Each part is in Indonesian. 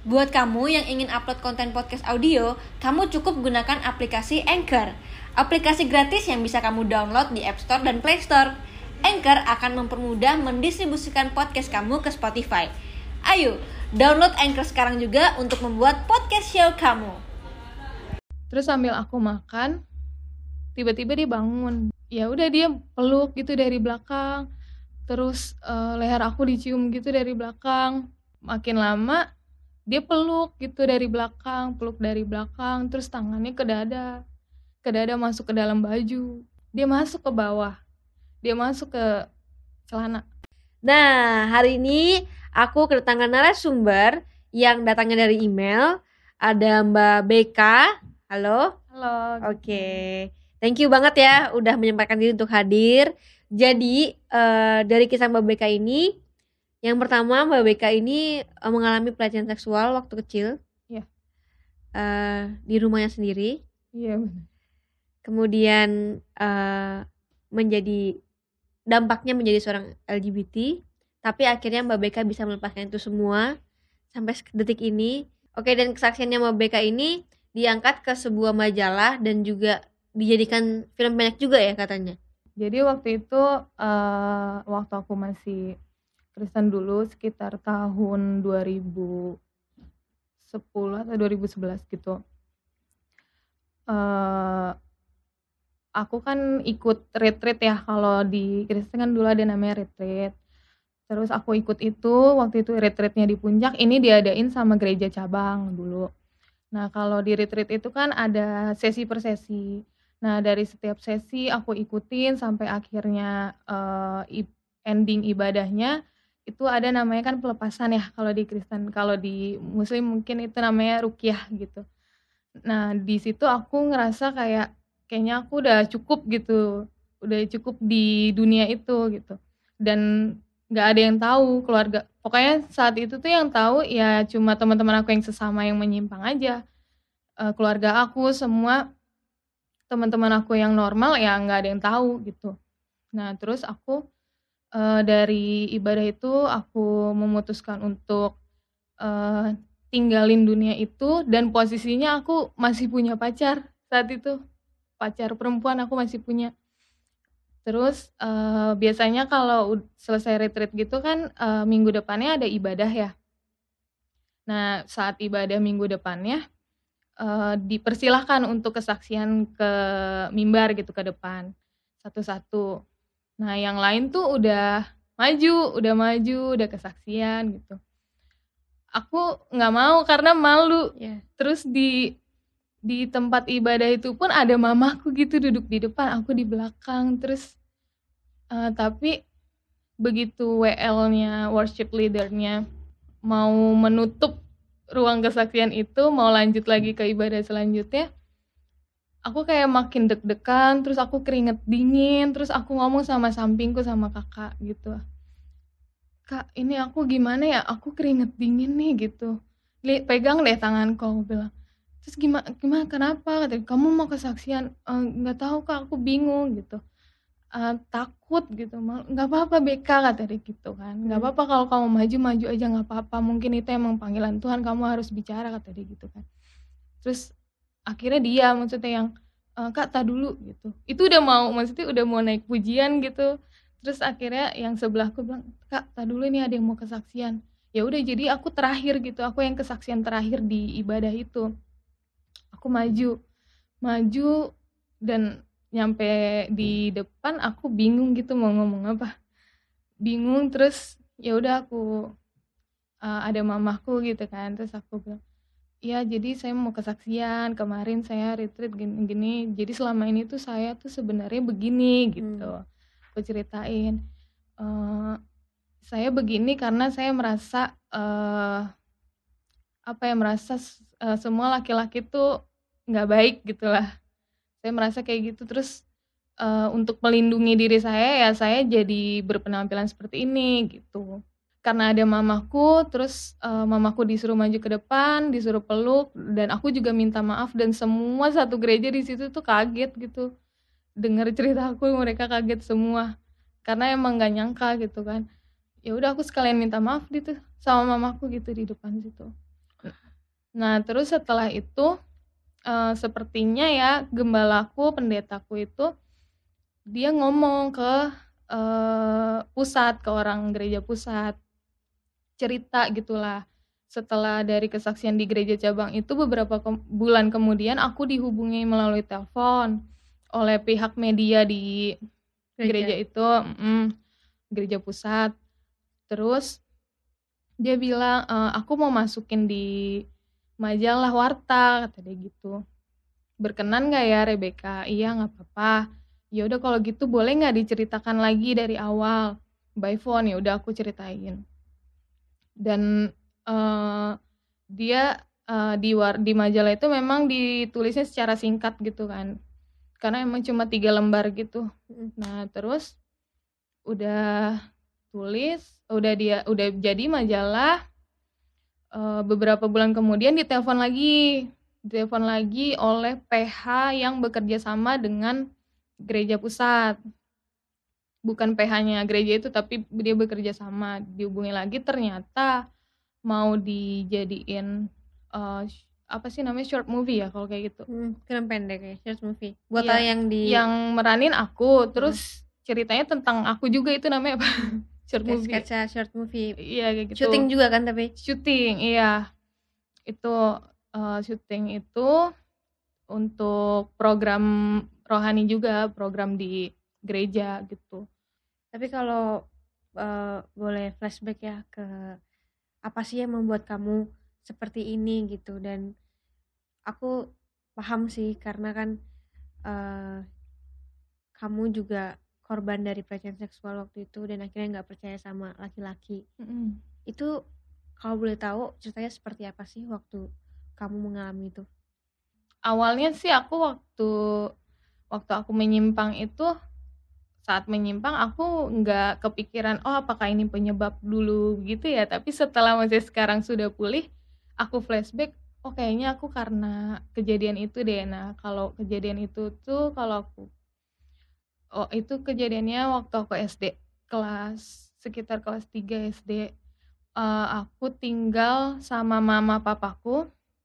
Buat kamu yang ingin upload konten podcast audio, kamu cukup gunakan aplikasi Anchor. Aplikasi gratis yang bisa kamu download di App Store dan Play Store. Anchor akan mempermudah mendistribusikan podcast kamu ke Spotify. Ayo, download Anchor sekarang juga untuk membuat podcast show kamu. Terus sambil aku makan, tiba-tiba dia bangun. Ya udah dia peluk gitu dari belakang. Terus leher aku dicium gitu dari belakang. Makin lama dia peluk gitu dari belakang, terus tangannya ke dada masuk ke dalam baju, dia masuk ke bawah, dia masuk ke celana. Nah, hari ini aku kedatangan narasumber yang datangnya dari email. Ada Mbak BK. Halo. Halo. Oke. Thank you banget ya udah menyempatkan diri untuk hadir. Jadi dari kisah Mbak BK ini, yang pertama Mbak BK ini mengalami pelecehan seksual waktu kecil. Iya. Di rumahnya sendiri. Iya benar. Kemudian dampaknya menjadi seorang LGBT, tapi akhirnya Mbak BK bisa melepaskan itu semua sampai detik ini. Oke, dan kesaksiannya Mbak BK ini diangkat ke sebuah majalah dan juga dijadikan film banyak juga ya katanya. Jadi waktu itu waktu aku masih Kristen dulu, sekitar tahun 2010 atau 2011 gitu. Aku kan ikut retreat ya, kalau di Kristen kan dulu ada namanya retreat. Terus aku ikut itu, waktu itu retreatnya di Puncak, ini diadain sama gereja cabang dulu. Nah kalau di retreat itu kan ada sesi per sesi. Nah dari setiap sesi aku ikutin sampai akhirnya ending ibadahnya itu ada namanya kan pelepasan ya kalau di Kristen. Kalau di Muslim mungkin itu namanya ruqyah gitu. Nah di situ aku ngerasa kayaknya aku udah cukup gitu, udah cukup di dunia itu gitu. Dan nggak ada yang tahu keluarga. Pokoknya saat itu tuh yang tahu ya cuma teman-teman aku yang sesama yang menyimpang aja. Keluarga aku semua, teman-teman aku yang normal ya nggak ada yang tahu gitu. Nah terus aku dari ibadah itu aku memutuskan untuk tinggalin dunia itu, dan posisinya aku masih punya pacar saat itu. Pacar perempuan aku masih punya. Terus biasanya kalau selesai retreat gitu kan minggu depannya ada ibadah ya. Nah saat ibadah minggu depannya dipersilahkan untuk kesaksian ke mimbar gitu ke depan satu-satu. Nah yang lain tuh udah maju, udah kesaksian gitu. Aku nggak mau karena malu. Yeah. Terus di tempat ibadah itu pun ada mamaku gitu duduk di depan, aku di belakang. Terus tapi begitu WL-nya, worship leader-nya mau menutup ruang kesaksian itu, mau lanjut lagi ke ibadah selanjutnya, aku kayak makin deg-degan, terus aku keringet dingin, terus aku ngomong sama sampingku sama kakak gitu, "Kak, ini aku gimana ya? Aku keringet dingin nih," gitu. "Pegang deh tanganku," aku bilang. Terus gimana kenapa? Katanya, "Kamu mau kesaksian?" "Nggak tahu Kak, aku bingung," gitu. Takut gitu, "Nggak apa-apa BK," kata dia gitu kan. "Nggak apa-apa kalau kamu maju aja nggak apa-apa, mungkin itu emang panggilan Tuhan, kamu harus bicara," kata dia gitu kan. Terus akhirnya dia maksudnya yang, "Kak, tar dulu," gitu. Itu maksudnya udah mau naik pujian gitu. Terus akhirnya yang sebelahku bilang, "Kak, tar dulu nih ada yang mau kesaksian." Ya udah jadi aku terakhir gitu, aku yang kesaksian terakhir di ibadah itu. Aku maju dan nyampe di depan aku bingung gitu mau ngomong apa. Bingung, terus ya udah aku ada mamahku gitu kan, terus aku bilang, "Ya jadi saya mau kesaksian, kemarin saya retreat gini-gini, jadi selama ini tuh saya tuh sebenarnya begini," gitu. Aku ceritain, "Saya begini karena saya merasa semua laki-laki tuh nggak baik gitulah. Saya merasa kayak gitu, terus untuk melindungi diri saya ya saya jadi berpenampilan seperti ini," gitu. Karena ada mamaku, terus mamaku disuruh maju ke depan, disuruh peluk, dan aku juga minta maaf, dan semua satu gereja di situ tuh kaget gitu. Dengar cerita aku, mereka kaget semua. Karena emang nggak nyangka gitu kan. Ya udah aku sekalian minta maaf gitu sama mamaku gitu di depan situ. Nah, terus setelah itu sepertinya ya gembalaku, pendetaku itu dia ngomong ke pusat, ke orang gereja pusat, cerita gitulah. Setelah dari kesaksian di gereja cabang itu beberapa bulan kemudian aku dihubungi melalui telepon oleh pihak media di gereja itu, gereja pusat. Terus dia bilang, aku mau masukin di majalah warta, kata dia gitu. Berkenan nggak ya Rebecca? Iya, nggak apa-apa. Ya udah kalau gitu boleh nggak diceritakan lagi dari awal by phone? Ya udah aku ceritain. Dan dia di majalah itu memang ditulisnya secara singkat gitu kan, karena emang cuma 3 lembar gitu. Nah terus udah udah jadi majalah. Beberapa bulan kemudian ditelepon lagi oleh PH yang bekerja sama dengan gereja pusat. Bukan PH-nya gereja itu, tapi dia bekerja sama. Dihubungi lagi, ternyata mau dijadiin apa sih namanya, short movie ya kalau kayak gitu. Film pendek ya, short movie. Buat ya, yang meranin aku, terus ceritanya tentang aku juga, itu namanya apa? Short movie. Sketsa short movie. Iya kayak gitu. Syuting juga kan tapi? Syuting, iya. Itu syuting itu untuk program rohani juga, program di gereja gitu. Tapi kalau boleh flashback ya ke apa sih yang membuat kamu seperti ini gitu, dan aku paham sih karena kan kamu juga korban dari pelecehan seksual waktu itu dan akhirnya nggak percaya sama laki-laki. Itu kalau boleh tahu ceritanya seperti apa sih waktu kamu mengalami itu? Awalnya sih aku waktu aku menyimpang itu, saat menyimpang aku nggak kepikiran apakah ini penyebab dulu gitu ya, tapi setelah masih sekarang sudah pulih, aku flashback, kayaknya aku karena kejadian itu deh. Nah kalau kejadian itu tuh itu kejadiannya waktu aku SD, sekitar kelas 3 SD. Aku tinggal sama mama papaku.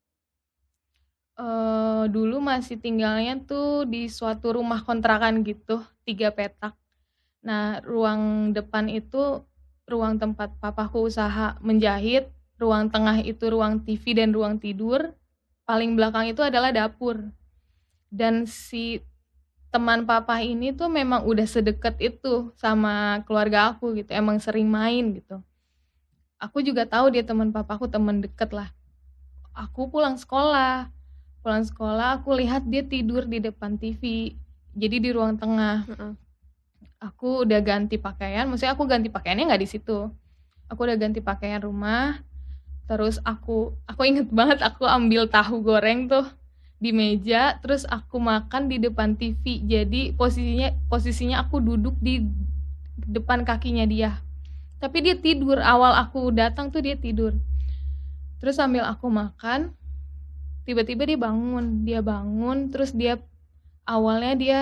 Dulu masih tinggalnya tuh di suatu rumah kontrakan gitu, 3 petak. Nah ruang depan itu ruang tempat papaku usaha menjahit, ruang tengah itu ruang TV dan ruang tidur, paling belakang itu adalah dapur. Dan si teman papa ini tuh memang udah sedekat itu sama keluarga aku gitu, emang sering main gitu. Aku juga tahu dia teman papaku, teman deket lah. Aku pulang sekolah aku lihat dia tidur di depan TV, jadi di ruang tengah. Aku udah ganti pakaian, maksudnya aku ganti pakaiannya nggak di situ, aku udah ganti pakaian rumah. Terus aku inget banget, aku ambil tahu goreng tuh di meja, terus aku makan di depan TV. Jadi posisinya aku duduk di depan kakinya dia, tapi dia tidur. Awal aku datang tuh dia tidur. Terus sambil aku makan, tiba-tiba dia bangun, terus awalnya dia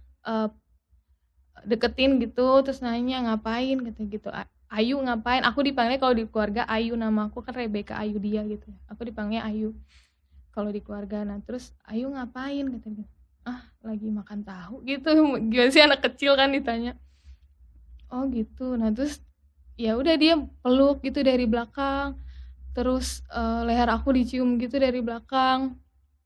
deketin gitu, terus nanya ngapain, kata gitu. Ayu ngapain? Aku dipanggilnya kalau di keluarga Ayu, nama aku kan Rebecca Ayu dia gitu. Aku dipanggilnya Ayu kalau di keluarga. Nah terus Ayu ngapain, kata dia. Lagi makan tahu gitu. Gimana sih anak kecil kan ditanya. Oh gitu. Nah terus ya udah dia peluk gitu dari belakang. Terus leher aku dicium gitu dari belakang.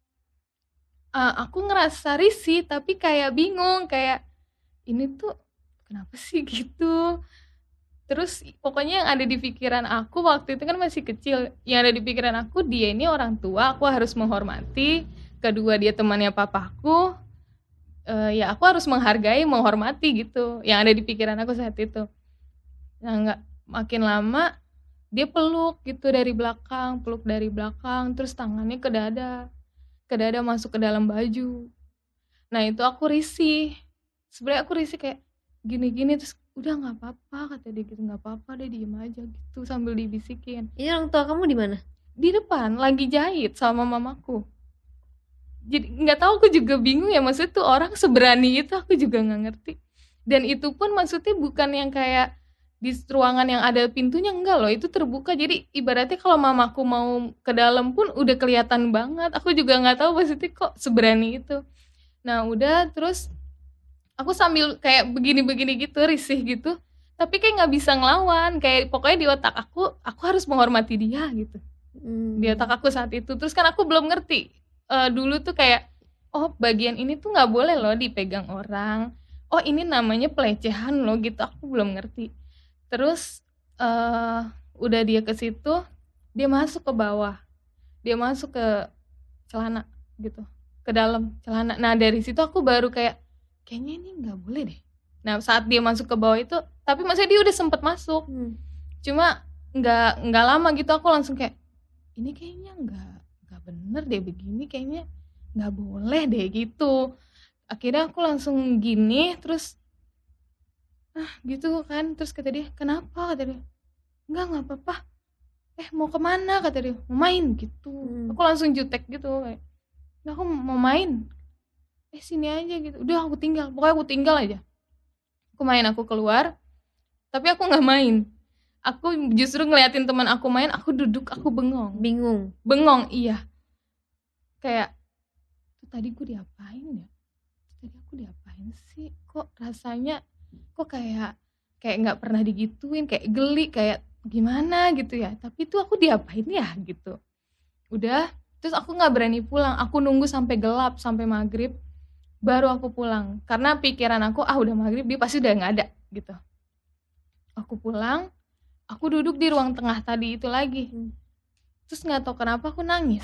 Aku ngerasa risih tapi kayak bingung, kayak ini tuh kenapa sih gitu. Terus pokoknya yang ada di pikiran aku waktu itu kan masih kecil, yang ada di pikiran aku, dia ini orang tua, aku harus menghormati. Kedua dia temannya papaku, ya aku harus menghargai, menghormati gitu. Yang ada di pikiran aku saat itu. Nah makin lama dia peluk gitu dari belakang, terus tangannya ke dada masuk ke dalam baju. Nah itu aku risih. Sebenarnya aku risih kayak gini-gini, terus udah nggak apa-apa kata dia gitu, nggak apa-apa deh, diem aja gitu sambil dibisikin. Ini orang tua kamu di mana? Di depan lagi jahit sama mamaku. Jadi nggak tahu, aku juga bingung ya, maksudnya tuh orang seberani itu, aku juga nggak ngerti. Dan itu pun maksudnya bukan yang kayak di ruangan yang ada pintunya enggak loh, itu terbuka. Jadi ibaratnya kalau mamaku mau ke dalam pun udah kelihatan banget. Aku juga nggak tahu maksudnya kok seberani itu. Nah udah terus aku sambil kayak begini-begini gitu, risih gitu. Tapi kayak nggak bisa ngelawan. Kayak pokoknya di otak aku harus menghormati dia gitu. Di otak aku saat itu. Terus kan aku belum ngerti. Dulu tuh kayak, oh bagian ini tuh nggak boleh loh dipegang orang. Oh ini namanya pelecehan loh gitu. Aku belum ngerti. Terus udah dia ke situ, dia masuk ke bawah. Dia masuk ke celana gitu. Ke dalam celana. Nah dari situ aku baru kayak, kayaknya ini nggak boleh deh. Nah saat dia masuk ke bawah itu, tapi maksudnya dia udah sempet masuk. Cuma nggak lama gitu aku langsung kayak, ini kayaknya nggak bener deh begini, kayaknya nggak boleh deh gitu. Akhirnya aku langsung gini, terus gitu kan. Terus kata dia, kenapa? Kata dia, nggak apa-apa. Mau kemana? Kata dia, mau main gitu. Aku langsung jutek gitu kayak, aku mau main. Sini aja gitu. Udah aku tinggal, pokoknya aku tinggal aja. Aku keluar, tapi aku nggak main. Aku justru ngeliatin teman aku main, aku duduk, aku bengong, iya. Kayak, tadi gue diapain ya? Tadi aku diapain sih? Kok rasanya, kok kayak nggak pernah digituin, kayak geli, kayak gimana gitu ya. Tapi itu aku diapain ya gitu. Udah, terus aku nggak berani pulang. Aku nunggu sampai gelap, sampai maghrib, baru aku pulang. Karena pikiran aku, udah maghrib, dia pasti udah nggak ada gitu. Aku pulang, aku duduk di ruang tengah tadi itu lagi. Terus nggak tahu kenapa aku nangis,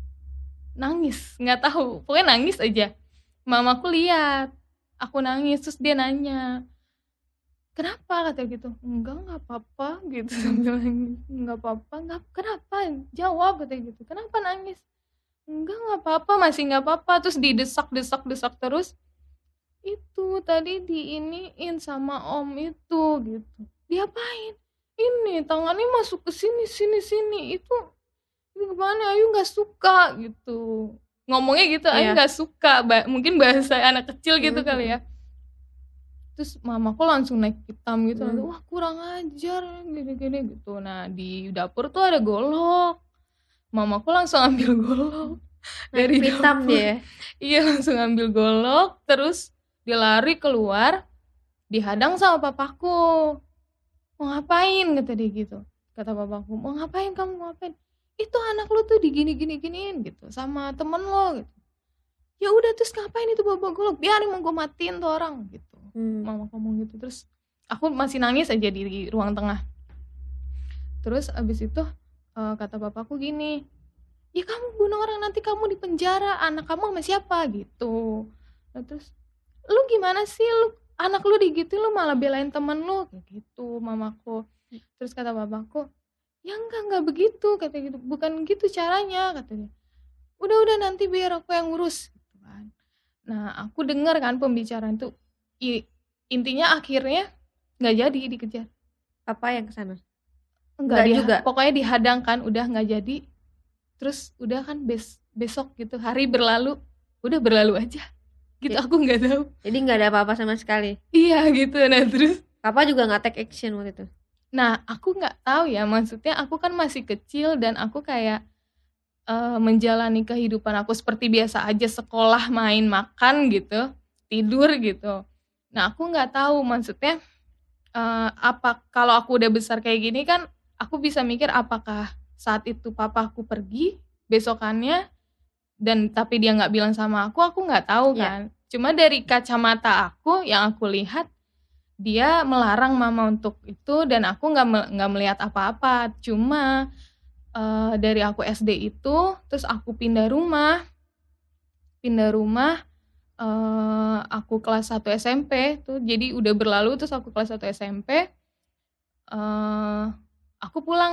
nggak tahu, pokoknya nangis aja. Mamaku lihat aku nangis, terus dia nanya, kenapa? Kata gitu. Nggak apa-apa gitu. Sambil nangis, nggak apa-apa. Kenapa? Jawab, kata gitu. Kenapa nangis? Nggak apa-apa, masih nggak apa-apa. Terus didesak terus. Itu tadi diiniin sama om itu gitu. Diapain? Ini tangannya masuk ke sini. Itu gimana? Ayu nggak suka gitu. Ngomongnya gitu, Ayu nggak suka. Mungkin bahasa anak kecil gitu kali ya. Terus mamaku langsung naik hitam gitu. Wah kurang ajar gini gitu. Nah di dapur tuh ada golok. Mamaku langsung ambil golok dari hitam dapur. dia. Iya langsung ambil golok. Terus dia lari keluar, dihadang sama papaku. Mau ngapain? Kata dia gitu. Kata papaku, mau ngapain kamu? Mau ngapain? Itu anak lu tuh diginiin gitu sama temen lo gitu. Ya udah terus ngapain itu bawa golok? Biarin mau gue matiin tuh orang gitu. Mama ngomong gitu. Terus aku masih nangis aja di ruang tengah. Terus abis itu kata papaku gini, ya kamu bunuh orang nanti kamu di penjara, anak kamu sama siapa gitu. Nah, terus lu gimana sih, lu anak lu digituin lu malah belain temen lu kayak gitu mamaku. Terus kata papaku, ya enggak begitu, kata gitu, bukan gitu caranya, katanya. Udah nanti biar aku yang ngurus gitu kan. Nah aku dengar kan pembicaraan itu, intinya akhirnya nggak jadi dikejar. Apa yang kesana? Enggak juga. Pokoknya dihadang kan, udah nggak jadi. Terus udah kan besok gitu, hari berlalu, udah berlalu aja gitu. Aku nggak tahu, jadi nggak ada apa-apa sama sekali. Iya gitu. Nah terus papa juga nggak take action waktu itu. Nah aku nggak tahu ya, maksudnya aku kan masih kecil dan aku kayak menjalani kehidupan aku seperti biasa aja, sekolah, main, makan gitu, tidur gitu. Nah aku nggak tahu maksudnya apa, kalau aku udah besar kayak gini kan aku bisa mikir apakah saat itu papaku pergi besokannya dan tapi dia nggak bilang sama aku nggak tahu kan. Cuma dari kacamata aku yang aku lihat, dia melarang mama untuk itu dan aku nggak melihat apa-apa. Cuma dari aku SD itu, terus aku pindah rumah, aku kelas 1 SMP tuh, jadi udah berlalu. Terus aku kelas 1 SMP, aku pulang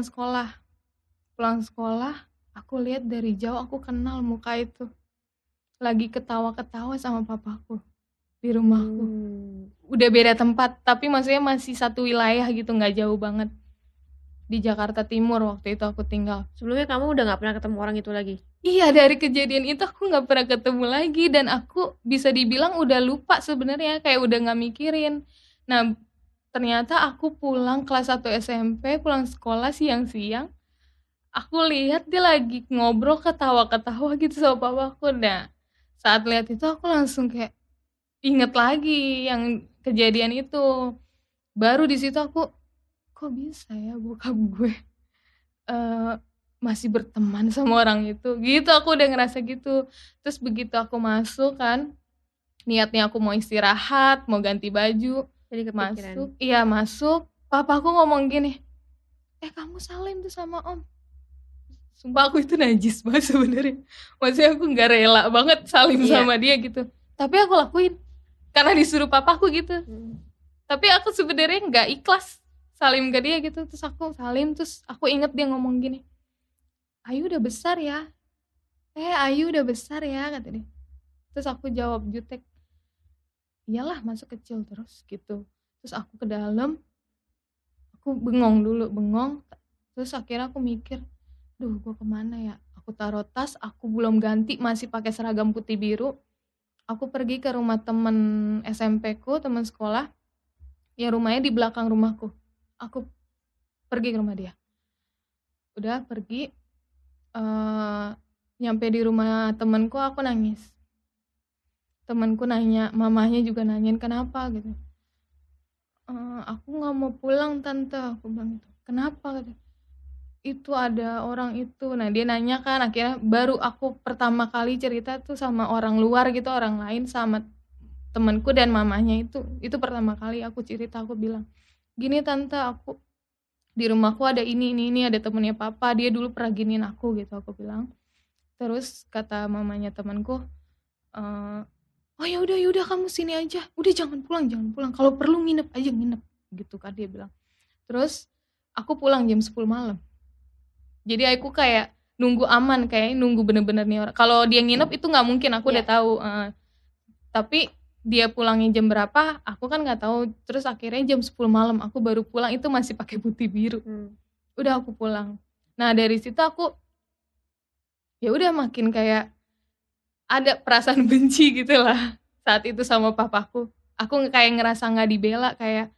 sekolah, aku lihat dari jauh, aku kenal muka itu lagi ketawa-ketawa sama papaku di rumahku. Udah beda tempat, tapi maksudnya masih satu wilayah gitu, nggak jauh banget. Di Jakarta Timur waktu itu aku tinggal. Sebelumnya kamu udah nggak pernah ketemu orang itu lagi? Iya, dari kejadian itu aku nggak pernah ketemu lagi dan aku bisa dibilang udah lupa sebenarnya, kayak udah nggak mikirin. Nah ternyata aku pulang kelas 1 SMP, pulang sekolah siang-siang, aku lihat dia lagi ngobrol ketawa-ketawa gitu sama papaku. Nah, saat lihat itu aku langsung kayak inget lagi yang kejadian itu. Baru di situ aku, kok bisa ya bokap gue eh, masih berteman sama orang itu. Gitu aku udah ngerasa gitu. Terus begitu aku masuk kan, niatnya aku mau istirahat, mau ganti baju, Jadi kepikiran. masuk, papaku ngomong gini, kamu salim tuh sama om. Sumpah aku itu najis banget sebenarnya. Maksudnya aku nggak rela banget salim Iya. sama dia gitu. Tapi aku lakuin karena disuruh papaku gitu. Tapi aku sebenarnya nggak ikhlas salim ke dia gitu. Terus aku salim, terus aku inget dia ngomong gini, Ayu udah besar ya. Ayu udah besar ya, kata dia. Terus aku jawab jutek, iyalah masa kecil terus gitu. Terus aku ke dalam, aku bengong dulu, terus akhirnya aku mikir, duh gue kemana ya, aku taruh tas, aku belum ganti, masih pakai seragam putih biru. Aku pergi ke rumah temen SMP ku, temen sekolah yang rumahnya di belakang rumahku. Aku pergi ke rumah dia, udah pergi, nyampe di rumah temenku, aku nangis. Temenku nanya, mamahnya juga nanyain kenapa gitu. Aku nggak mau pulang tante, aku bilang gitu. Kenapa? Kata, itu ada orang itu. Nah dia nanya kan, akhirnya baru aku pertama kali cerita tuh sama orang luar gitu, orang lain, sama temenku dan mamahnya itu pertama kali aku cerita. Aku bilang gini tante, aku di rumahku ada ini ada temennya papa, dia dulu pernah giniin aku gitu, aku bilang. Terus kata mamanya temanku, oh ya udah kamu sini aja, udah jangan pulang, kalau perlu nginep aja, nginep gitu kan dia bilang. Terus aku pulang jam 10 malam. Jadi aku kayak nunggu aman, kayak nunggu bener-bener nih orang. Kalau dia nginep itu nggak mungkin, aku udah tahu. Tapi dia pulangnya jam berapa, aku kan nggak tahu. Terus akhirnya jam 10 malam aku baru pulang, itu masih pakai putih biru. Udah aku pulang. Nah dari situ aku ya udah makin kayak ada perasaan benci gitu lah saat itu sama papaku. Aku kayak ngerasa nggak dibela, kayak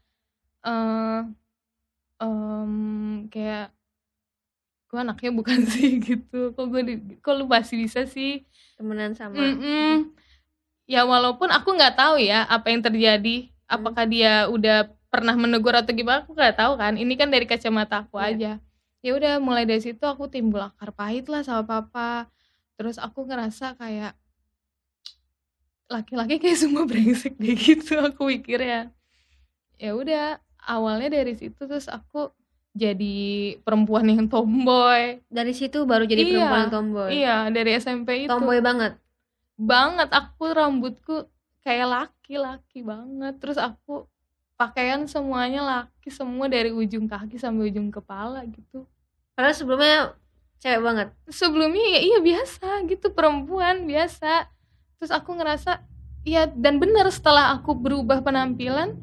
kayak gue anaknya bukan sih gitu. Kok lu masih bisa sih temenan sama. Ya walaupun aku nggak tahu ya apa yang terjadi, apakah dia udah pernah menegur atau gimana, aku nggak tahu kan. Ini kan dari kacamata aku aja. Ya udah mulai dari situ aku timbul akar pahit lah sama papa. Terus aku ngerasa kayak laki-laki kayak semua brengsek deh gitu, aku mikir ya. Ya udah awalnya dari situ, terus aku jadi perempuan yang tomboy. Dari situ baru jadi perempuan tomboy. Iya, dari SMP itu. Tomboy banget. Aku rambutku kayak laki-laki banget. Terus aku pakaian semuanya laki semua, dari ujung kaki sampai ujung kepala gitu. Padahal sebelumnya cewek banget. Sebelumnya ya iya biasa gitu, perempuan biasa. Terus aku ngerasa iya, dan benar setelah aku berubah penampilan,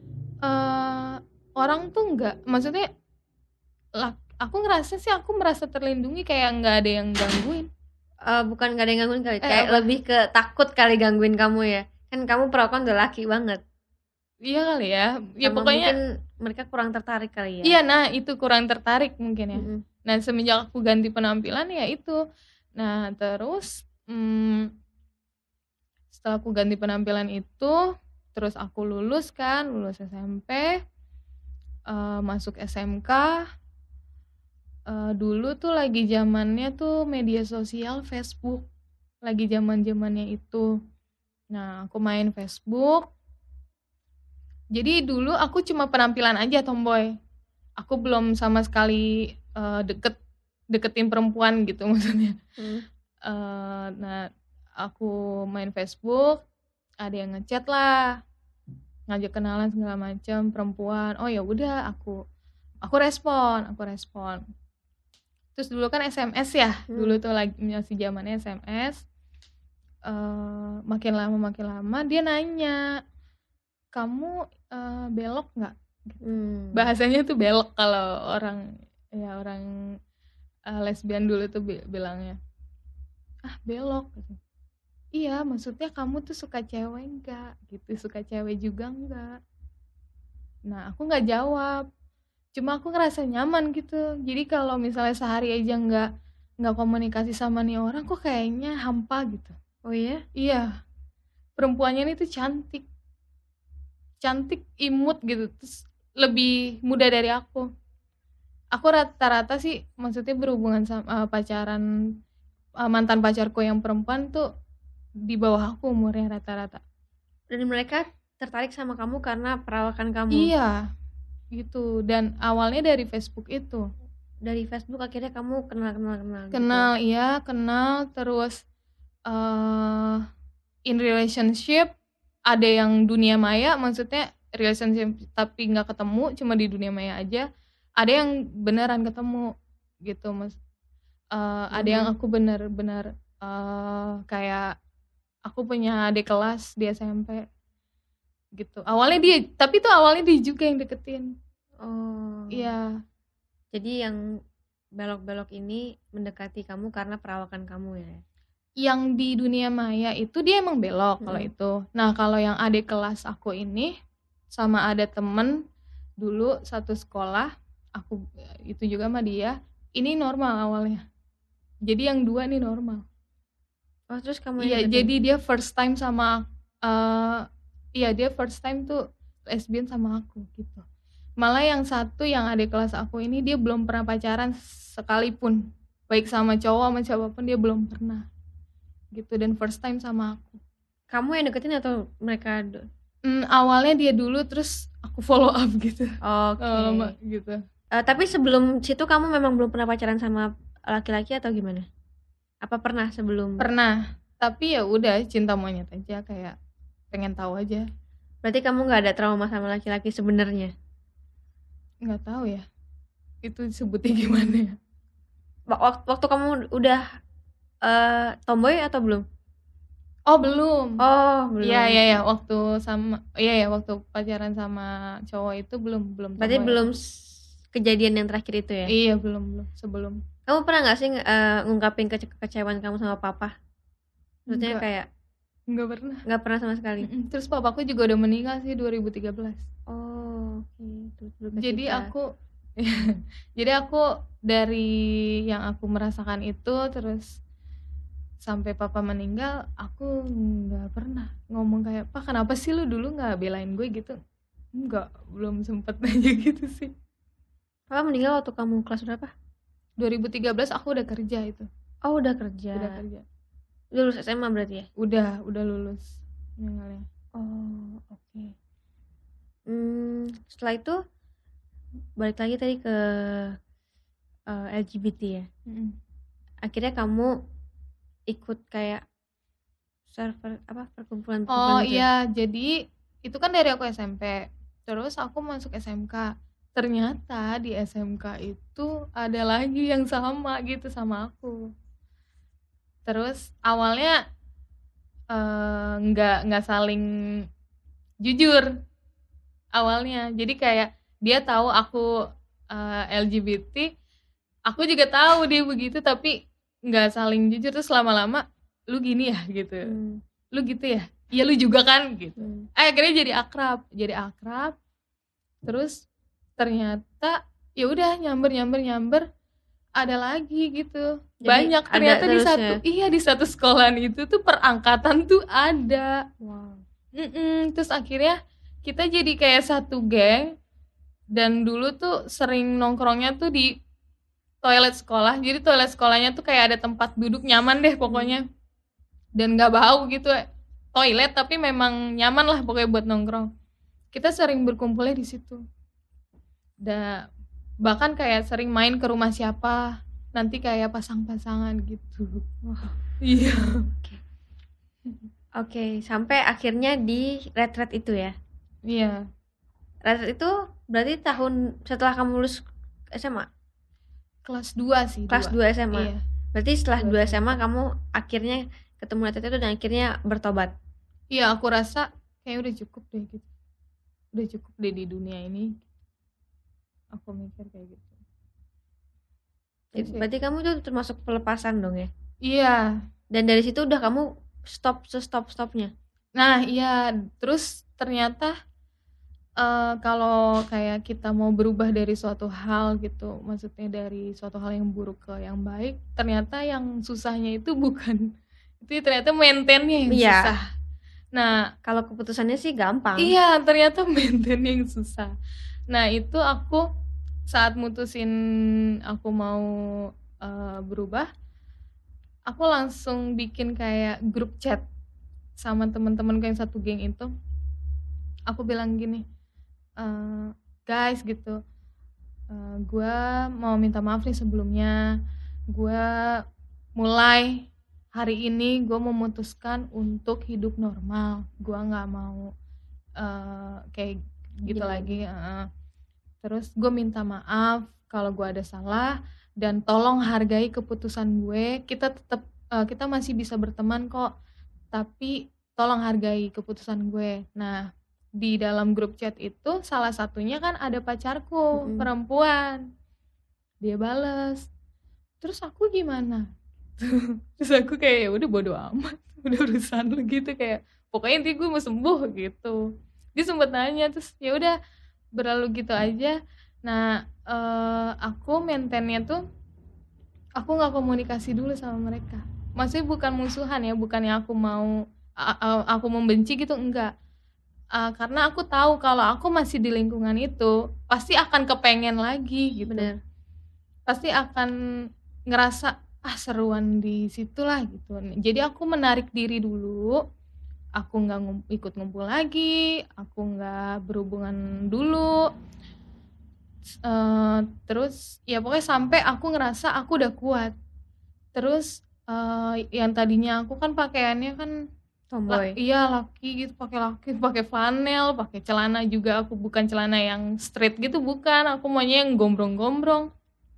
orang tuh nggak, maksudnya aku ngerasa sih aku merasa terlindungi, kayak nggak ada yang gangguin. Bukan nggak ada yang gangguin kali, kayak lebih ke takut kali gangguin kamu ya. Kan kamu perawakan udah laki banget. Iya kali ya. Ya sama pokoknya mungkin mereka kurang tertarik kali ya. Iya, nah itu kurang tertarik mungkin ya. Nah semenjak aku ganti penampilan ya itu. Nah terus setelah aku ganti penampilan itu, terus aku lulus SMP, masuk SMK. Dulu tuh lagi zamannya tuh media sosial Facebook, lagi zamannya itu. Nah aku main Facebook. Jadi dulu aku cuma penampilan aja tomboy. Aku belum sama sekali deketin perempuan gitu maksudnya. Nah aku main Facebook, ada yang ngechat lah, ngajak kenalan segala macam, perempuan. Oh ya udah, aku respon. Terus dulu kan SMS ya, dulu tuh lagi masih zamannya SMS. Makin lama dia nanya, kamu belok nggak? Bahasanya tuh belok kalau orang lesbian dulu tuh bilangnya. Belok gitu. Iya, maksudnya kamu tuh suka cewek enggak gitu, suka cewek juga enggak. Nah aku nggak jawab, cuma aku ngerasa nyaman gitu. Jadi kalau misalnya sehari aja nggak komunikasi sama nih orang, kok kayaknya hampa gitu. Oh iya? Iya, perempuannya ini tuh cantik, imut gitu, terus lebih muda dari aku. Aku rata-rata sih maksudnya berhubungan sama pacaran, mantan pacarku yang perempuan tuh di bawah aku umurnya rata-rata. Dan mereka tertarik sama kamu karena perawakan kamu. Iya, gitu. Dan awalnya dari Facebook itu. Dari Facebook akhirnya kamu kenal gitu. Kenal, iya, kenal. Terus in relationship, ada yang dunia maya, maksudnya relationship tapi nggak ketemu, cuma di dunia maya aja. Ada yang beneran ketemu gitu, Mas. Ada yang aku bener-bener kayak aku punya adik kelas di SMP gitu. Awalnya dia, tapi tuh awalnya dia juga yang deketin. Oh. Iya. Jadi yang belok-belok ini mendekati kamu karena perawakan kamu ya? Yang di dunia maya itu dia emang belok kalau itu. Nah kalau yang adik kelas aku ini sama ada temen dulu satu sekolah, aku itu juga sama dia, ini normal awalnya. Jadi yang dua nih normal. Oh terus kamu Iya, yang jadi dia first time sama dia first time tuh lesbian sama aku gitu. Malah yang satu yang adik kelas aku ini dia belum pernah pacaran sekalipun, baik sama cowok sama siapapun dia belum pernah gitu, dan first time sama aku. Kamu yang deketin atau mereka? Awalnya dia dulu, terus aku follow up gitu. Oke. Gitu. Tapi sebelum situ kamu memang belum pernah pacaran sama laki-laki atau gimana? Apa pernah sebelum? Pernah, tapi ya udah cinta monyet aja, kayak pengen tahu aja. Berarti kamu nggak ada trauma sama laki-laki sebenarnya? Nggak tahu ya, itu disebutnya gimana ya. Waktu kamu udah tomboy atau belum? Oh belum. Oh belum. Iya waktu sama waktu pacaran sama cowok itu belum. Berarti belum kejadian yang terakhir itu ya? Iya belum sebelum. Kamu pernah nggak sih ngungkapin kekecewaan kamu sama papa? Maksudnya kayak nggak pernah sama sekali. Terus papaku juga udah meninggal sih 2013. Oh oke. Jadi aku dari yang aku merasakan itu, terus sampai papa meninggal, aku nggak pernah ngomong kayak, "Pak, kenapa sih lu dulu nggak belain gue?" gitu. Enggak, belum sempet aja gitu sih. Papa meninggal waktu kamu kelas berapa? 2013 aku udah kerja itu. Oh udah kerja. Udah lulus SMA berarti ya? Udah lulus meninggalnya. Oh oke. Setelah itu balik lagi tadi ke LGBT ya. Akhirnya kamu ikut kayak server perkumpulan gitu. Iya, jadi itu kan dari aku SMP, terus aku masuk SMK. Ternyata di SMK itu ada lagi yang sama gitu sama aku. Terus awalnya nggak saling jujur awalnya. Jadi kayak dia tahu aku LGBT, aku juga tahu dia begitu, tapi nggak saling jujur. Terus lama-lama, lu gini ya gitu, lu gitu ya, iya lu juga kan gitu. Akhirnya jadi akrab. Terus ternyata ya udah nyamber ada lagi gitu. Jadi banyak ternyata di satu sekolahan itu tuh perangkatan tuh ada. Wow. Terus akhirnya kita jadi kayak satu geng, dan dulu tuh sering nongkrongnya tuh di toilet sekolah. Jadi toilet sekolahnya tuh kayak ada tempat duduk nyaman deh pokoknya, dan nggak bau gitu toilet, tapi memang nyaman lah pokoknya buat nongkrong. Kita sering berkumpulnya di situ. Bahkan kayak sering main ke rumah siapa, nanti kayak pasang-pasangan gitu. Wah. Iya. Oke, sampai akhirnya di retret itu ya? Iya. Retret itu berarti tahun setelah kamu lulus SMA? Kelas 2 sih. Kelas 2 SMA? Iya. Berarti setelah 2 SMA kamu akhirnya ketemu retret itu dan akhirnya bertobat? Iya, aku rasa kayak udah cukup deh gitu. Udah cukup deh di dunia ini. Aku mikir kayak gitu. Berarti kamu tuh termasuk pelepasan dong ya? Iya. Dan dari situ udah kamu stopnya? Nah iya, terus ternyata Kalau kayak kita mau berubah dari suatu hal gitu, maksudnya dari suatu hal yang buruk ke yang baik, ternyata yang susahnya itu bukan itu ternyata maintain-nya yang Iya. susah. Nah, Kalau keputusannya sih gampang. iya ternyata maintain yang susah. Nah itu aku saat mutusin aku mau berubah, aku langsung bikin kayak grup chat sama teman-temanku yang satu geng itu. Aku bilang gini, guys gitu, gue mau minta maaf nih sebelumnya. Gue mulai hari ini gue memutuskan untuk hidup normal. Gue nggak mau kayak gitu Gini. lagi. Terus gue minta maaf kalau gue ada salah dan tolong hargai keputusan gue. Kita masih bisa berteman kok, tapi tolong hargai keputusan gue. Nah di dalam grup chat itu salah satunya kan ada pacarku perempuan. Dia bales, terus aku gimana? Terus aku kayak ya udah bodo amat, udah urusan lu gitu, kayak pokoknya intinya gue mau sembuh gitu. Dia sempet nanya, terus ya udah berlalu gitu aja. Nah aku maintainnya tuh aku nggak komunikasi dulu sama mereka. Maksudnya bukan musuhan ya, bukannya aku mau aku membenci gitu, enggak. Karena aku tahu kalau aku masih di lingkungan itu pasti akan kepengen lagi gitu. Bener. Pasti akan ngerasa seruan di situ lah gitu. Jadi aku menarik diri dulu. Aku nggak ikut ngumpul lagi, aku nggak berhubungan dulu. Terus ya pokoknya sampai aku ngerasa aku udah kuat. Terus yang tadinya aku kan pakaiannya kan Tomboy. iya laki gitu, pakai flanel, pakai celana juga. Aku bukan celana yang straight gitu, bukan. Aku maunya yang gombrong-gombrong.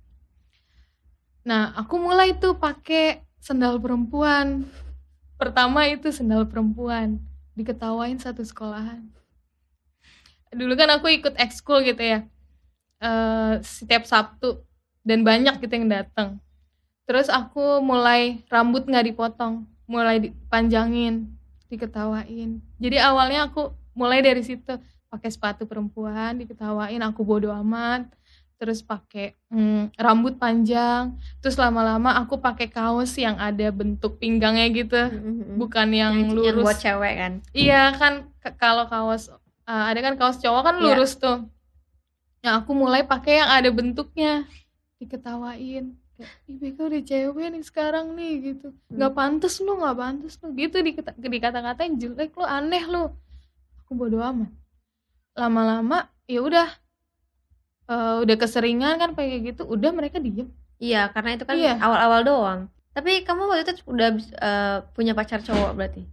Nah aku mulai tuh pakai sendal perempuan. Pertama itu sendal perempuan, diketawain satu sekolahan. Dulu kan aku ikut ekskul gitu ya, setiap Sabtu dan banyak gitu yang datang. Terus aku mulai rambut nggak dipotong, mulai dipanjangin, diketawain. Jadi awalnya aku mulai dari situ, pakai sepatu perempuan diketawain, aku bodo amat. Terus pakai rambut panjang, terus lama-lama aku pakai kaos yang ada bentuk pinggangnya gitu, bukan yang lurus. Yang buat cewek kan? Iya kan, kalau kaos ada kan kaos cowok kan lurus tuh. Nah aku mulai pakai yang ada bentuknya, diketawain. Ih Beka udah cewek nih sekarang nih gitu, nggak pantas lu gitu, dikata-katain jelek lu, aneh lu. Aku bodo amat. Lama-lama ya udah keseringan kan kayak gitu, udah mereka diem. Iya karena itu kan awal-awal doang. Tapi kamu waktu itu udah punya pacar cowok berarti?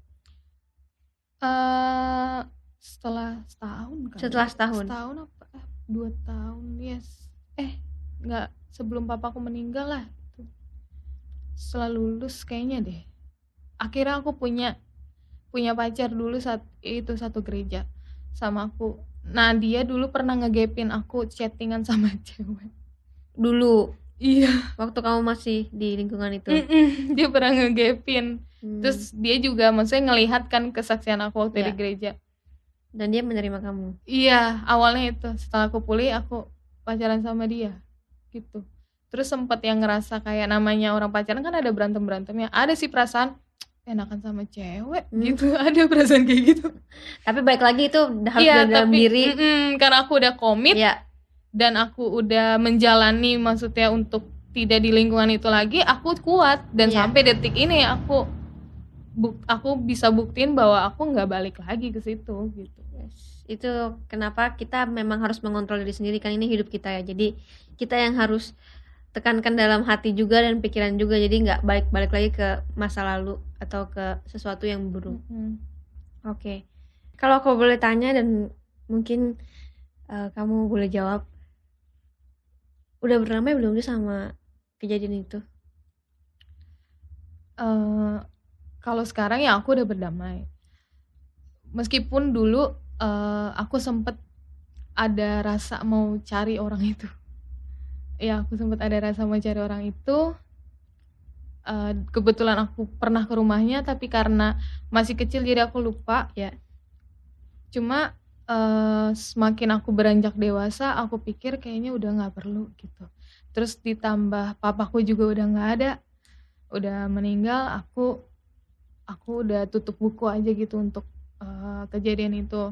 Setelah setahun kan? Setelah setahun apa 2 tahun, yes. Nggak, sebelum papaku meninggal lah gitu. Setelah lulus kayaknya deh. Akhirnya aku punya pacar dulu saat itu, satu gereja sama aku. Nah dia dulu pernah ngegapin aku chattingan sama cewek. Dulu? Iya. Waktu kamu masih di lingkungan itu? Dia pernah ngegapin. Terus dia juga maksudnya ngelihat kan kesaksian aku waktu di gereja. Dan dia menerima kamu? Iya, awalnya itu. Setelah aku pulih aku pacaran sama dia gitu. Terus sempat yang ngerasa kayak namanya orang pacaran kan ada berantem-berantemnya. Ada sih perasaan enakan sama cewek gitu, ada perasaan kayak gitu. Tapi balik lagi itu harus dari dalam diri. Karena aku udah komit dan aku udah menjalani, maksudnya untuk tidak di lingkungan itu lagi, aku kuat. Dan sampai detik ini aku bisa buktiin bahwa aku nggak balik lagi ke situ gitu. Itu kenapa kita memang harus mengontrol diri sendiri, kan ini hidup kita ya. Jadi kita yang harus tekankan dalam hati juga dan pikiran juga, jadi nggak balik lagi ke masa lalu atau ke sesuatu yang buruk. Oke. Kalau aku boleh tanya dan mungkin kamu boleh jawab, udah berdamai belum sih sama kejadian itu? Kalau sekarang ya aku udah berdamai. Meskipun dulu aku sempet ada rasa mau cari orang itu. Ya aku sempat ada rasa mau cari orang itu. Kebetulan aku pernah ke rumahnya, tapi karena masih kecil jadi aku lupa. Ya. Cuma semakin aku beranjak dewasa, aku pikir kayaknya udah nggak perlu gitu. Terus ditambah papaku juga udah nggak ada, udah meninggal, aku udah tutup buku aja gitu untuk kejadian itu.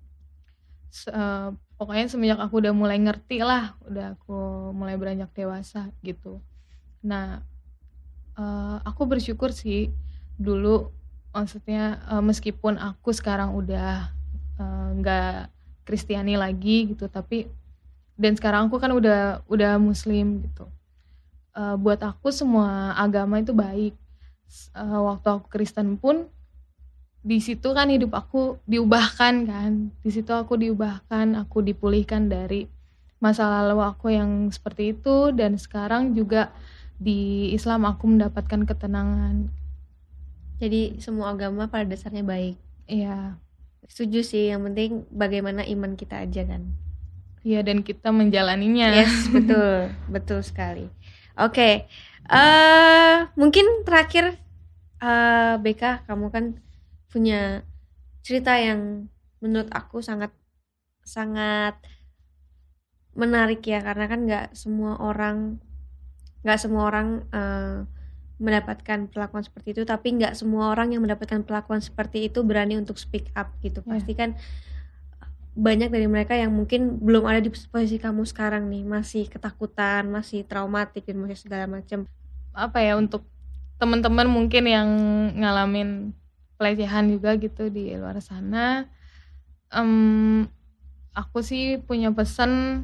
Pokoknya semenjak aku udah mulai ngerti lah, udah aku mulai beranjak dewasa gitu. Nah, aku bersyukur sih dulu, maksudnya meskipun aku sekarang udah nggak Kristiani lagi gitu, tapi dan sekarang aku kan udah Muslim gitu. Buat aku semua agama itu baik. Waktu aku Kristen pun di situ kan hidup aku diubahkan kan. Di situ aku diubahkan, aku dipulihkan dari masa lalu aku yang seperti itu, dan sekarang juga di Islam aku mendapatkan ketenangan. Jadi semua agama pada dasarnya baik. Iya. Setuju sih, yang penting bagaimana iman kita aja kan. Iya, dan kita menjalaninya. Yes, betul, betul sekali. Oke, mungkin terakhir, Beka, kamu kan punya cerita yang menurut aku sangat sangat menarik ya, karena kan nggak semua orang mendapatkan perlakuan seperti itu, tapi nggak semua orang yang mendapatkan perlakuan seperti itu berani untuk speak up gitu. Pasti kan banyak dari mereka yang mungkin belum ada di posisi kamu sekarang nih, masih ketakutan, masih traumatik dan masih segala macam. Apa ya, untuk teman-teman mungkin yang ngalamin pelecehan juga gitu di luar sana, aku sih punya pesan,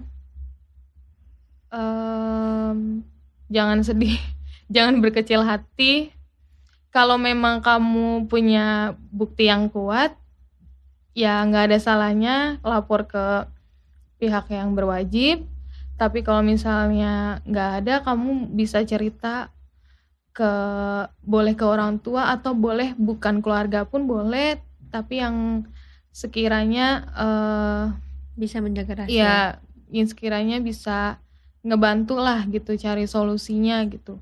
jangan sedih, jangan berkecil hati. Kalau memang kamu punya bukti yang kuat, ya nggak ada salahnya lapor ke pihak yang berwajib. Tapi kalau misalnya nggak ada, kamu bisa cerita boleh ke orang tua, atau boleh bukan keluarga pun boleh, tapi yang sekiranya bisa menjaga rahasia. Ya, yang sekiranya bisa ngebantu lah gitu cari solusinya gitu.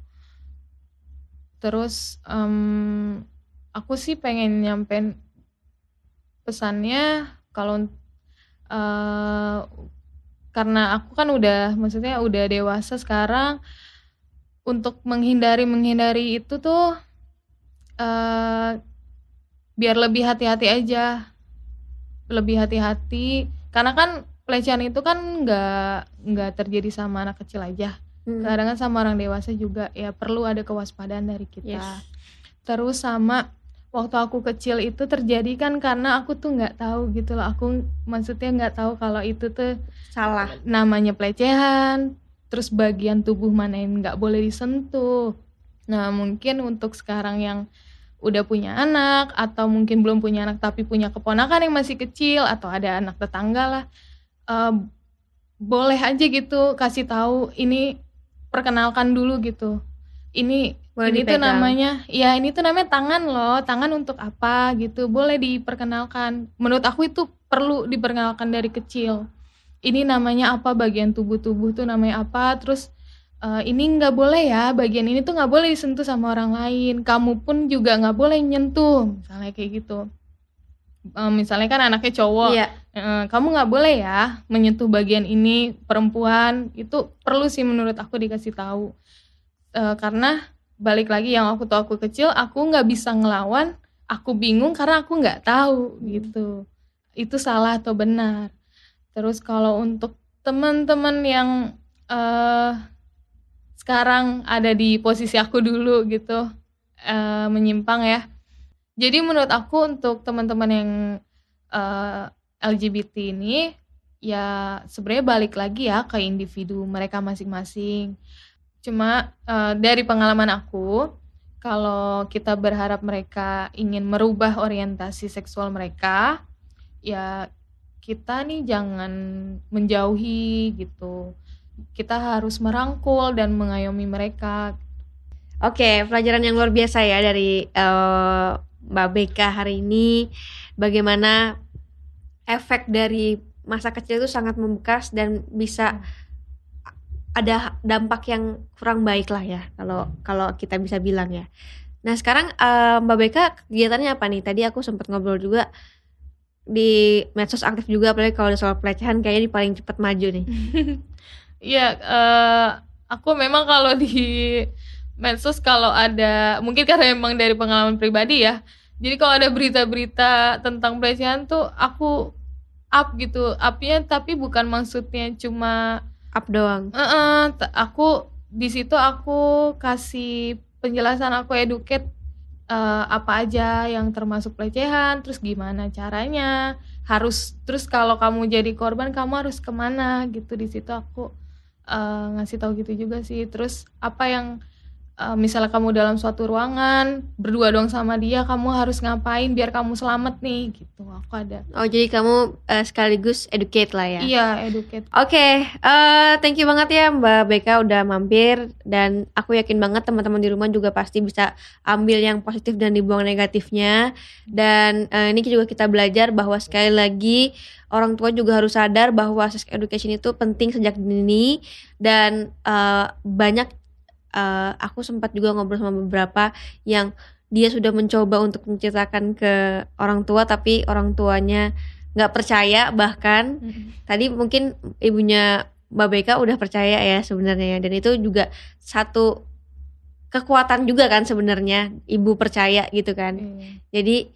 Terus aku sih pengen nyampein pesannya, kalau karena aku kan maksudnya udah dewasa sekarang, untuk menghindari itu tuh biar lebih hati-hati aja, lebih hati-hati, karena kan pelecehan itu kan nggak terjadi sama anak kecil aja, kadang kan sama orang dewasa juga, ya perlu ada kewaspadaan dari kita. Yes. Terus sama waktu aku kecil itu terjadi kan karena aku tuh nggak tahu gitu loh, aku maksudnya nggak tahu kalau itu tuh salah, namanya pelecehan, terus bagian tubuh mana yang nggak boleh disentuh. Nah, mungkin untuk sekarang yang udah punya anak, atau mungkin belum punya anak tapi punya keponakan yang masih kecil, atau ada anak tetangga lah, boleh aja gitu kasih tahu, ini perkenalkan dulu gitu, ini tuh namanya, ya ini tuh namanya tangan loh, tangan untuk apa gitu, boleh diperkenalkan. Menurut aku itu perlu diperkenalkan dari kecil, ini namanya apa, bagian tubuh tuh namanya apa, terus ini nggak boleh ya, bagian ini tuh nggak boleh disentuh sama orang lain, kamu pun juga nggak boleh nyentuh, misalnya kayak gitu. Misalnya kan anaknya cowok, kamu nggak boleh ya menyentuh bagian ini, perempuan, itu perlu sih menurut aku dikasih tahu. Karena balik lagi, yang aku kecil, aku nggak bisa ngelawan, aku bingung karena aku nggak tahu gitu, itu salah atau benar. Terus kalau untuk teman-teman yang sekarang ada di posisi aku dulu gitu, menyimpang ya. Jadi menurut aku untuk teman-teman yang LGBT ini, ya sebenarnya balik lagi ya ke individu mereka masing-masing. Cuma dari pengalaman aku, kalau kita berharap mereka ingin merubah orientasi seksual mereka, ya kita nih jangan menjauhi gitu. Kita harus merangkul dan mengayomi mereka. Oke, pelajaran yang luar biasa ya dari Mbak Beka hari ini. Bagaimana efek dari masa kecil itu sangat membekas dan bisa ada dampak yang kurang baik lah ya, kalau kita bisa bilang ya. Nah sekarang Mbak Beka kegiatannya apa nih? Tadi aku sempat ngobrol juga, di medsos aktif juga, apalagi kalau soal pelecehan kayaknya paling cepat maju nih. Iya, aku memang kalau di medsos kalau ada, mungkin karena emang dari pengalaman pribadi ya. Jadi kalau ada berita-berita tentang pelecehan tuh aku up gitu, upnya tapi bukan maksudnya cuma Up doang. Aku di situ aku kasih penjelasan, aku educate apa aja yang termasuk pelecehan, terus gimana caranya, terus kalau kamu jadi korban kamu harus kemana gitu. Di situ aku ngasih tahu gitu juga sih. Terus apa yang misalnya kamu dalam suatu ruangan berdua doang sama dia, kamu harus ngapain biar kamu selamat nih gitu. Aku ada. Oh, jadi kamu sekaligus educate lah ya. Iya, educate. Oke, thank you banget ya Mbak Beka udah mampir, dan aku yakin banget teman-teman di rumah juga pasti bisa ambil yang positif dan dibuang negatifnya. Dan ini juga kita belajar bahwa sekali lagi orang tua juga harus sadar bahwa sex education itu penting sejak dini. Dan banyak aku sempat juga ngobrol sama beberapa yang dia sudah mencoba untuk menceritakan ke orang tua, tapi orang tuanya nggak percaya. Bahkan tadi mungkin ibunya Mbak Beka udah percaya ya sebenarnya, dan itu juga satu kekuatan juga kan sebenarnya, ibu percaya gitu kan. Jadi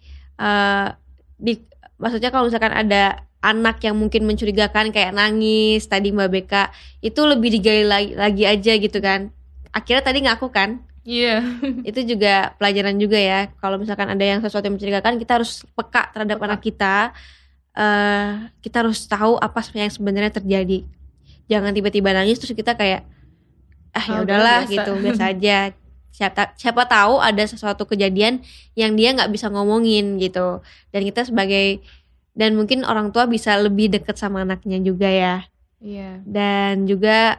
maksudnya kalau misalkan ada anak yang mungkin mencurigakan kayak nangis tadi Mbak Beka, itu lebih digali lagi aja gitu kan. Akhirnya tadi ngaku kan. Iya. Itu juga pelajaran juga ya. Kalau misalkan ada yang sesuatu yang mencurigakan, kita harus peka terhadap anak kita. Kita harus tahu apa yang sebenarnya terjadi. Jangan tiba-tiba nangis terus kita kayak ya udahlah gitu, biasa aja. Siapa tahu ada sesuatu kejadian yang dia nggak bisa ngomongin gitu. Dan kita dan mungkin orang tua bisa lebih dekat sama anaknya juga ya. Iya. Dan juga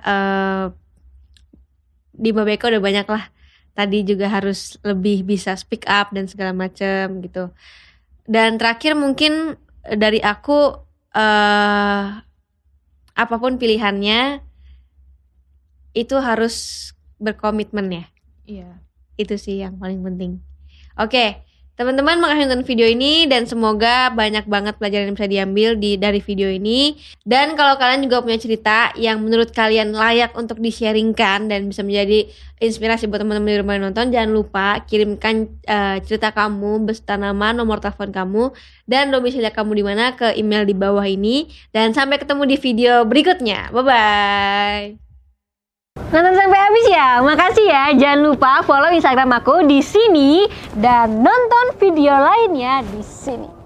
di Mbak Beka udah banyak lah. Tadi juga harus lebih bisa speak up dan segala macam gitu. Dan terakhir mungkin dari aku, apapun pilihannya itu harus berkomitmen ya. Iya. Itu sih yang paling penting. Oke, teman-teman, makasih nonton video ini dan semoga banyak banget pelajaran yang bisa diambil dari video ini. Dan kalau kalian juga punya cerita yang menurut kalian layak untuk di-sharingkan dan bisa menjadi inspirasi buat teman-teman di rumah yang nonton, jangan lupa kirimkan cerita kamu beserta nama, nomor telepon kamu, dan domisili kamu di mana ke email di bawah ini. Dan sampai ketemu di video berikutnya. Bye-bye. Nonton sampai habis ya, makasih ya. Jangan lupa follow Instagram aku di sini dan nonton video lainnya di sini.